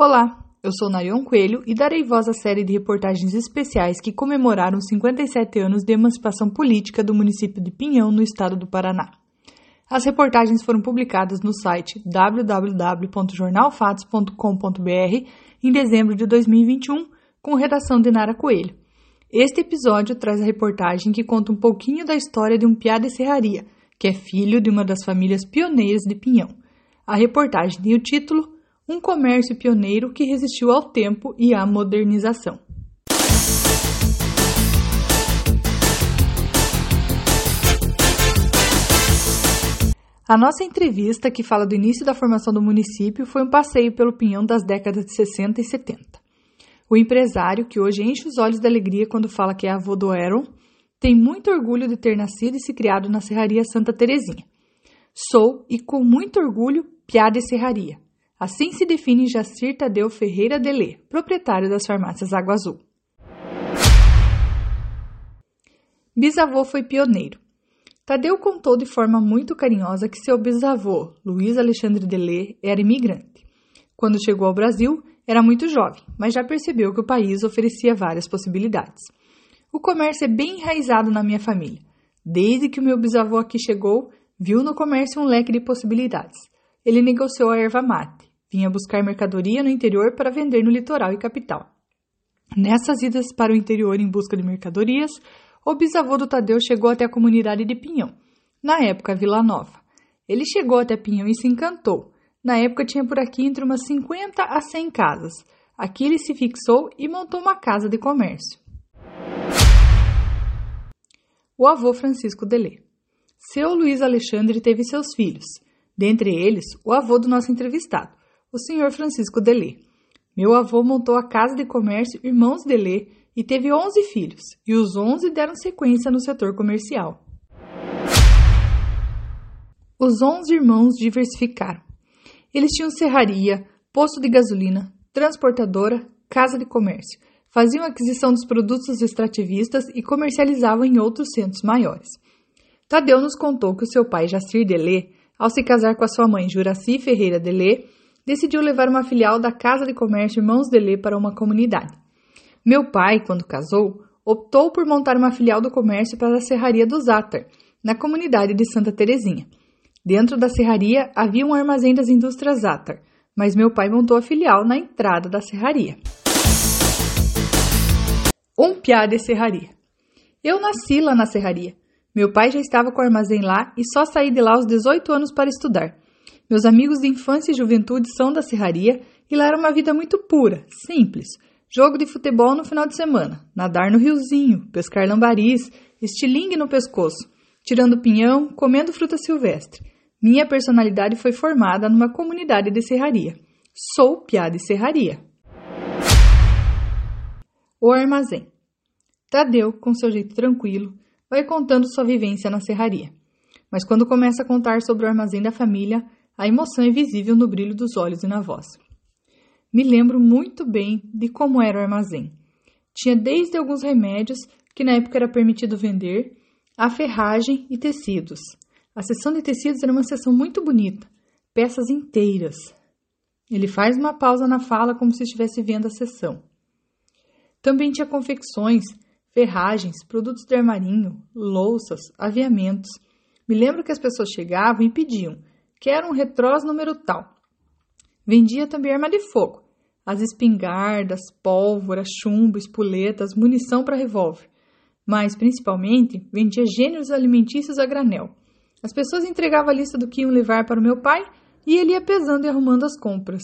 Olá, eu sou Narion Coelho e darei voz à série de reportagens especiais que comemoraram os 57 anos de emancipação política do município de Pinhão, no estado do Paraná. As reportagens foram publicadas no site www.jornalfatos.com.br em dezembro de 2021, com redação de Nara Coelho. Este episódio traz a reportagem que conta um pouquinho da história de um piá de serraria, que é filho de uma das famílias pioneiras de Pinhão. A reportagem tem o título Um comércio pioneiro que resistiu ao tempo e à modernização. A nossa entrevista, que fala do início da formação do município, foi um passeio pelo Pinhão das décadas de 60 e 70. O empresário, que hoje enche os olhos de alegria quando fala que é avô do Aaron, tem muito orgulho de ter nascido e se criado na Serraria Santa Terezinha. Sou, e com muito orgulho, piá de serraria. Assim se define Jacir Tadeu Ferreira Delê, proprietário das farmácias Água Azul. Bisavô foi pioneiro. Tadeu contou de forma muito carinhosa que seu bisavô, Luiz Alexandre Delê, era imigrante. Quando chegou ao Brasil, era muito jovem, mas já percebeu que o país oferecia várias possibilidades. O comércio é bem enraizado na minha família. Desde que o meu bisavô aqui chegou, viu no comércio um leque de possibilidades. Ele negociou a erva mate. Vinha buscar mercadoria no interior para vender no litoral e capital. Nessas idas para o interior em busca de mercadorias, o bisavô do Tadeu chegou até a comunidade de Pinhão, na época Vila Nova. Ele chegou até Pinhão e se encantou. Na época tinha por aqui entre umas 50 a 100 casas. Aqui ele se fixou e montou uma casa de comércio. O avô Francisco Delê. Seu Luiz Alexandre teve seus filhos, dentre eles o avô do nosso entrevistado, o senhor Francisco Delê. Meu avô montou a casa de comércio Irmãos Delê e teve 11 filhos, e os 11 deram sequência no setor comercial. Os 11 irmãos diversificaram. Eles tinham serraria, posto de gasolina, transportadora, casa de comércio. Faziam aquisição dos produtos extrativistas e comercializavam em outros centros maiores. Tadeu nos contou que o seu pai, Jacir Delê, ao se casar com a sua mãe, Juraci Ferreira Delê, decidiu levar uma filial da Casa de Comércio Irmãos Delê para uma comunidade. Meu pai, quando casou, optou por montar uma filial do comércio para a Serraria do Zátar, na comunidade de Santa Terezinha. Dentro da serraria havia um armazém das indústrias Zátar, mas meu pai montou a filial na entrada da serraria. Um piá de serraria. Eu nasci lá na serraria. Meu pai já estava com o armazém lá e só saí de lá aos 18 anos para estudar. Meus amigos de infância e juventude são da serraria e lá era uma vida muito pura, simples. Jogo de futebol no final de semana, nadar no riozinho, pescar lambaris, estilingue no pescoço, tirando pinhão, comendo fruta silvestre. Minha personalidade foi formada numa comunidade de serraria. Sou piá de serraria. O armazém. Tadeu, com seu jeito tranquilo, vai contando sua vivência na serraria. Mas quando começa a contar sobre o armazém da família, a emoção é visível no brilho dos olhos e na voz. Me lembro muito bem de como era o armazém. Tinha desde alguns remédios, que na época era permitido vender, a ferragem e tecidos. A seção de tecidos era uma seção muito bonita, peças inteiras. Ele faz uma pausa na fala como se estivesse vendo a seção. Também tinha confecções, ferragens, produtos de armarinho, louças, aviamentos. Me lembro que as pessoas chegavam e pediam: quero um retrós número tal. Vendia também arma de fogo, as espingardas, pólvora, chumbo, espoletas, munição para revólver. Mas, principalmente, vendia gêneros alimentícios a granel. As pessoas entregavam a lista do que iam levar para o meu pai e ele ia pesando e arrumando as compras.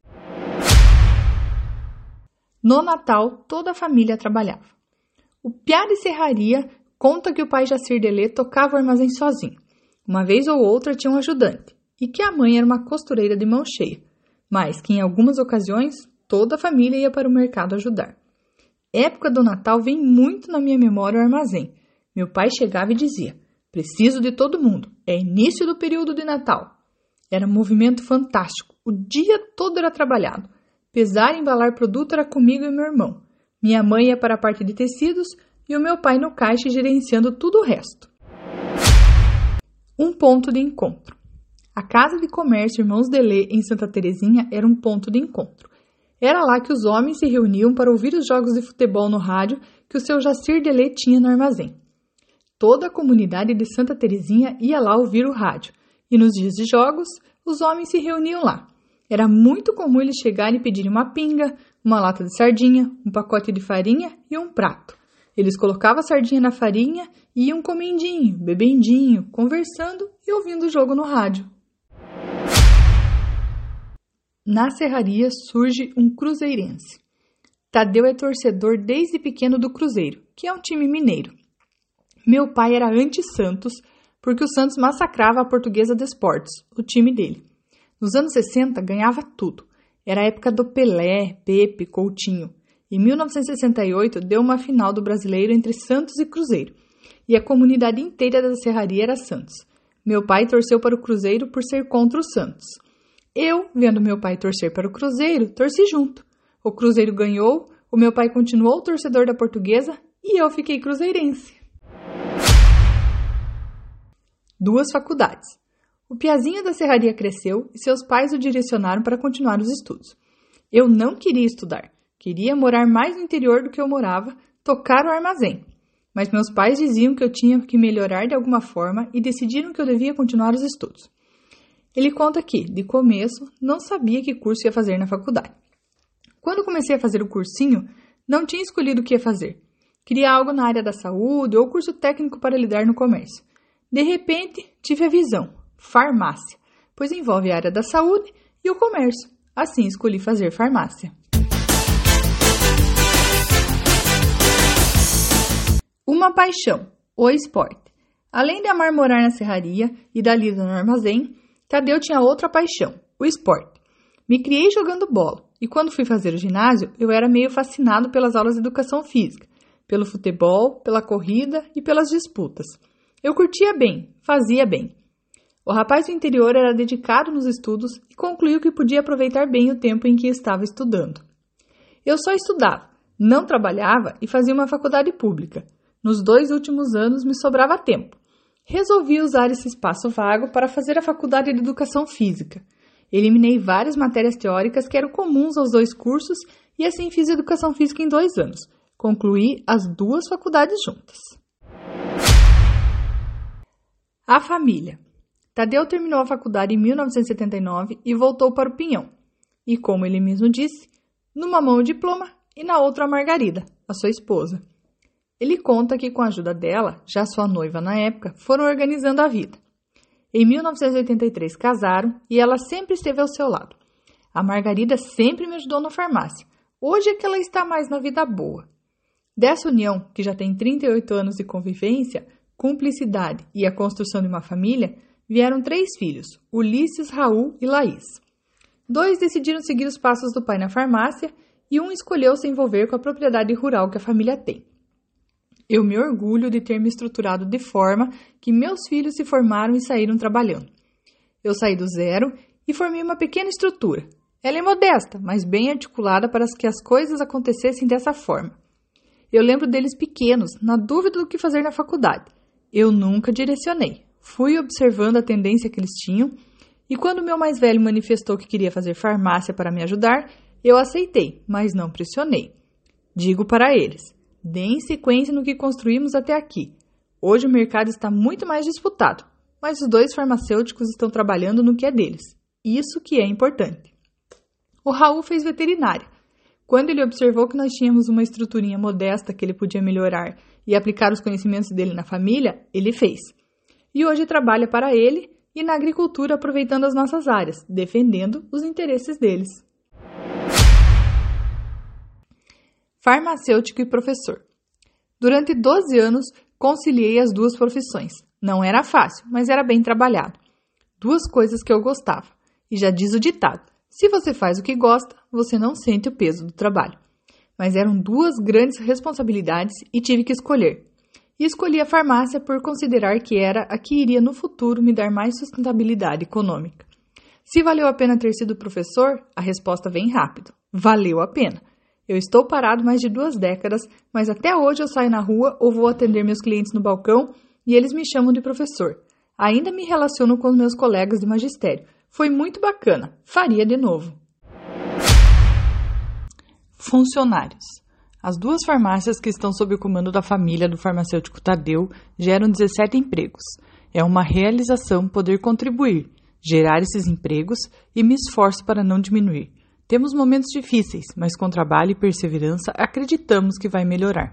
No Natal, toda a família trabalhava. O piá de serraria conta que o pai Jacir Delê tocava o armazém sozinho. Uma vez ou outra tinha um ajudante, e que a mãe era uma costureira de mão cheia, mas que em algumas ocasiões toda a família ia para o mercado ajudar. Época do Natal vem muito na minha memória o armazém. Meu pai chegava e dizia: preciso de todo mundo, é início do período de Natal. Era um movimento fantástico, o dia todo era trabalhado. Pesar e embalar produto era comigo e meu irmão. Minha mãe ia para a parte de tecidos e o meu pai no caixa gerenciando tudo o resto. Um ponto de encontro. A Casa de Comércio Irmãos Delê, em Santa Terezinha, era um ponto de encontro. Era lá que os homens se reuniam para ouvir os jogos de futebol no rádio que o seu Jacir Delê tinha no armazém. Toda a comunidade de Santa Terezinha ia lá ouvir o rádio, e nos dias de jogos, os homens se reuniam lá. Era muito comum eles chegarem e pedirem uma pinga, uma lata de sardinha, um pacote de farinha e um prato. Eles colocavam a sardinha na farinha e iam comendinho, bebendinho, conversando e ouvindo o jogo no rádio. Na serraria surge um cruzeirense. Tadeu é torcedor desde pequeno do Cruzeiro, que é um time mineiro. Meu pai era anti-Santos, porque o Santos massacrava a Portuguesa de Esportes, o time dele. Nos anos 60, ganhava tudo. Era a época do Pelé, Pepe, Coutinho. Em 1968, deu uma final do Brasileiro entre Santos e Cruzeiro. E a comunidade inteira da serraria era Santos. Meu pai torceu para o Cruzeiro por ser contra o Santos. Eu, vendo meu pai torcer para o Cruzeiro, torci junto. O Cruzeiro ganhou, o meu pai continuou torcedor da Portuguesa e eu fiquei cruzeirense. 2 faculdades. O piazinho da serraria cresceu e seus pais o direcionaram para continuar os estudos. Eu não queria estudar. Queria morar mais no interior do que eu morava, tocar o armazém. Mas meus pais diziam que eu tinha que melhorar de alguma forma e decidiram que eu devia continuar os estudos. Ele conta que, de começo, não sabia que curso ia fazer na faculdade. Quando comecei a fazer o cursinho, não tinha escolhido o que ia fazer. Queria algo na área da saúde ou curso técnico para lidar no comércio. De repente, tive a visão, farmácia, pois envolve a área da saúde e o comércio. Assim, escolhi fazer farmácia. Uma paixão, o esporte. Além de amar morar na serraria e da lida no armazém, Tadeu tinha outra paixão, o esporte. Me criei jogando bola e quando fui fazer o ginásio, eu era meio fascinado pelas aulas de educação física, pelo futebol, pela corrida e pelas disputas. Eu curtia bem, fazia bem. O rapaz do interior era dedicado nos estudos e concluiu que podia aproveitar bem o tempo em que estava estudando. Eu só estudava, não trabalhava e fazia uma faculdade pública. Nos 2 últimos anos me sobrava tempo. Resolvi usar esse espaço vago para fazer a faculdade de educação física. Eliminei várias matérias teóricas que eram comuns aos 2 cursos e assim fiz educação física em 2 anos. Concluí as 2 faculdades juntas. A família. Tadeu terminou a faculdade em 1979 e voltou para o Pinhão. E como ele mesmo disse, numa mão o diploma e na outra a Margarida, a sua esposa. Ele conta que com a ajuda dela, já sua noiva na época, foram organizando a vida. Em 1983 casaram e ela sempre esteve ao seu lado. A Margarida sempre me ajudou na farmácia. Hoje é que ela está mais na vida boa. Dessa união, que já tem 38 anos de convivência, cumplicidade e a construção de uma família, vieram 3 filhos, Ulisses, Raul e Laís. 2 decidiram seguir os passos do pai na farmácia e um escolheu se envolver com a propriedade rural que a família tem. Eu me orgulho de ter me estruturado de forma que meus filhos se formaram e saíram trabalhando. Eu saí do zero e formei uma pequena estrutura. Ela é modesta, mas bem articulada para que as coisas acontecessem dessa forma. Eu lembro deles pequenos, na dúvida do que fazer na faculdade. Eu nunca direcionei. Fui observando a tendência que eles tinham e quando o meu mais velho manifestou que queria fazer farmácia para me ajudar, eu aceitei, mas não pressionei. Digo para eles, deem sequência no que construímos até aqui. Hoje o mercado está muito mais disputado, mas os 2 farmacêuticos estão trabalhando no que é deles. Isso que é importante. O Raul fez veterinária. Quando ele observou que nós tínhamos uma estruturinha modesta que ele podia melhorar e aplicar os conhecimentos dele na família, ele fez. E hoje trabalha para ele e na agricultura aproveitando as nossas áreas, defendendo os interesses deles. Farmacêutico e professor. Durante 12 anos, conciliei as 2 profissões. Não era fácil, mas era bem trabalhado. 2 coisas que eu gostava. E já diz o ditado, se você faz o que gosta, você não sente o peso do trabalho. Mas eram 2 grandes responsabilidades e tive que escolher. E escolhi a farmácia por considerar que era a que iria no futuro me dar mais sustentabilidade econômica. Se valeu a pena ter sido professor, a resposta vem rápido. Valeu a pena. Eu estou parado mais de 2 décadas, mas até hoje eu saio na rua ou vou atender meus clientes no balcão e eles me chamam de professor. Ainda me relaciono com meus colegas de magistério. Foi muito bacana. Faria de novo. Funcionários. As 2 farmácias que estão sob o comando da família do farmacêutico Tadeu geram 17 empregos. É uma realização poder contribuir, gerar esses empregos e me esforço para não diminuir. Temos momentos difíceis, mas com trabalho e perseverança acreditamos que vai melhorar.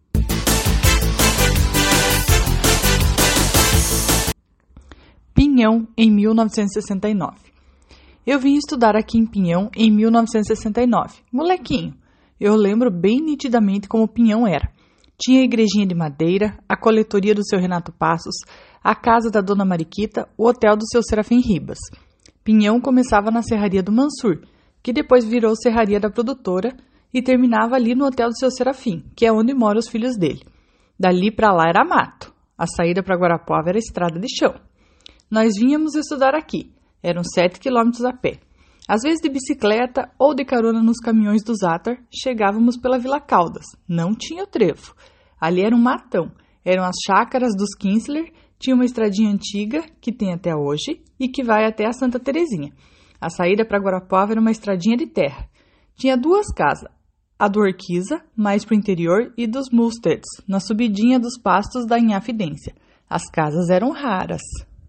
Pinhão, em 1969. Eu vim estudar aqui em Pinhão em 1969. Molequinho. Eu lembro bem nitidamente como Pinhão era. Tinha a igrejinha de madeira, a coletoria do seu Renato Passos, a casa da Dona Mariquita, o hotel do seu Serafim Ribas. Pinhão começava na serraria do Mansur, que depois virou serraria da produtora e terminava ali no hotel do seu Serafim, que é onde moram os filhos dele. Dali para lá era mato. A saída para Guarapuava era estrada de chão. Nós vínhamos estudar aqui. Eram 7 quilômetros a pé. Às vezes de bicicleta ou de carona nos caminhões do Zatar, chegávamos pela Vila Caldas. Não tinha o trevo. Ali era um matão. Eram as chácaras dos Kinsler, tinha uma estradinha antiga, que tem até hoje, e que vai até a Santa Terezinha. A saída para Guarapuava era uma estradinha de terra. Tinha 2 casas, a do Orquiza, mais para o interior, e dos Mulsteds, na subidinha dos pastos da Inhafidência. As casas eram raras.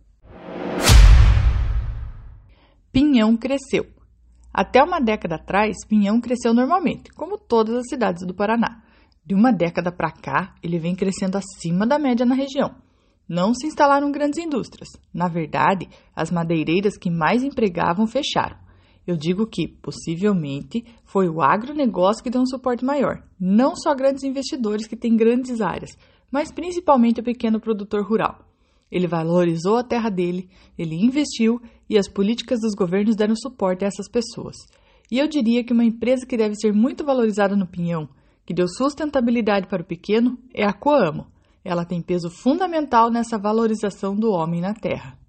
Pinhão cresceu. Até uma década atrás, Pinhão cresceu normalmente, como todas as cidades do Paraná. De uma década para cá, ele vem crescendo acima da média na região. Não se instalaram grandes indústrias. Na verdade, as madeireiras que mais empregavam fecharam. Eu digo que, possivelmente, foi o agronegócio que deu um suporte maior. Não só grandes investidores que têm grandes áreas, mas principalmente o pequeno produtor rural. Ele valorizou a terra dele, ele investiu e as políticas dos governos deram suporte a essas pessoas. E eu diria que uma empresa que deve ser muito valorizada no Pinhão, que deu sustentabilidade para o pequeno, é a Coamo. Ela tem peso fundamental nessa valorização do homem na terra.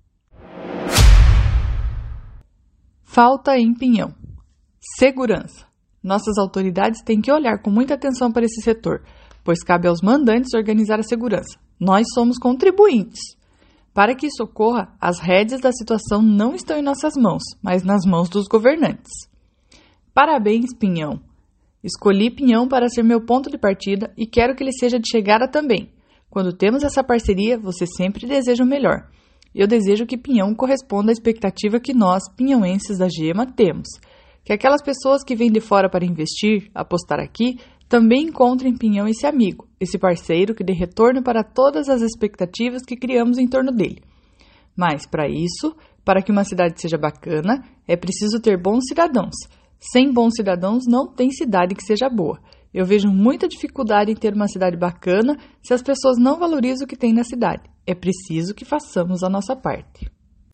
Falta em Pinhão. Segurança. Nossas autoridades têm que olhar com muita atenção para esse setor, pois cabe aos mandantes organizar a segurança. Nós somos contribuintes. Para que isso ocorra, as rédeas da situação não estão em nossas mãos, mas nas mãos dos governantes. Parabéns, Pinhão! Escolhi Pinhão para ser meu ponto de partida e quero que ele seja de chegada também. Quando temos essa parceria, você sempre deseja o melhor. Eu desejo que Pinhão corresponda à expectativa que nós, pinhauenses da Gema, temos. Que aquelas pessoas que vêm de fora para investir, apostar aqui, também encontrem em Pinhão esse amigo, esse parceiro que dê retorno para todas as expectativas que criamos em torno dele. Mas, para isso, para que uma cidade seja bacana, é preciso ter bons cidadãos. Sem bons cidadãos, não tem cidade que seja boa. Eu vejo muita dificuldade em ter uma cidade bacana se as pessoas não valorizam o que tem na cidade. É preciso que façamos a nossa parte.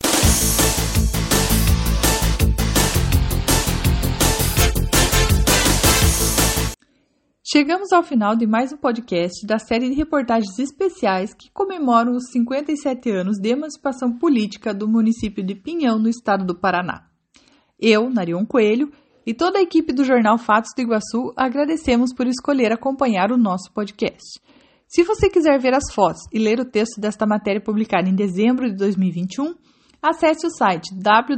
Chegamos ao final de mais um podcast da série de reportagens especiais que comemoram os 57 anos de emancipação política do município de Pinhão, no estado do Paraná. Eu, Narion Coelho, e toda a equipe do jornal Fatos do Iguaçu agradecemos por escolher acompanhar o nosso podcast. Se você quiser ver as fotos e ler o texto desta matéria publicada em dezembro de 2021, acesse o site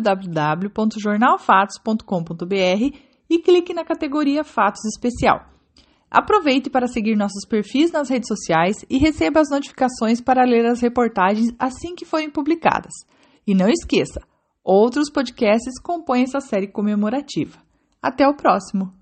www.jornalfatos.com.br e clique na categoria Fatos Especial. Aproveite para seguir nossos perfis nas redes sociais e receba as notificações para ler as reportagens assim que forem publicadas. E não esqueça, outros podcasts compõem essa série comemorativa. Até o próximo!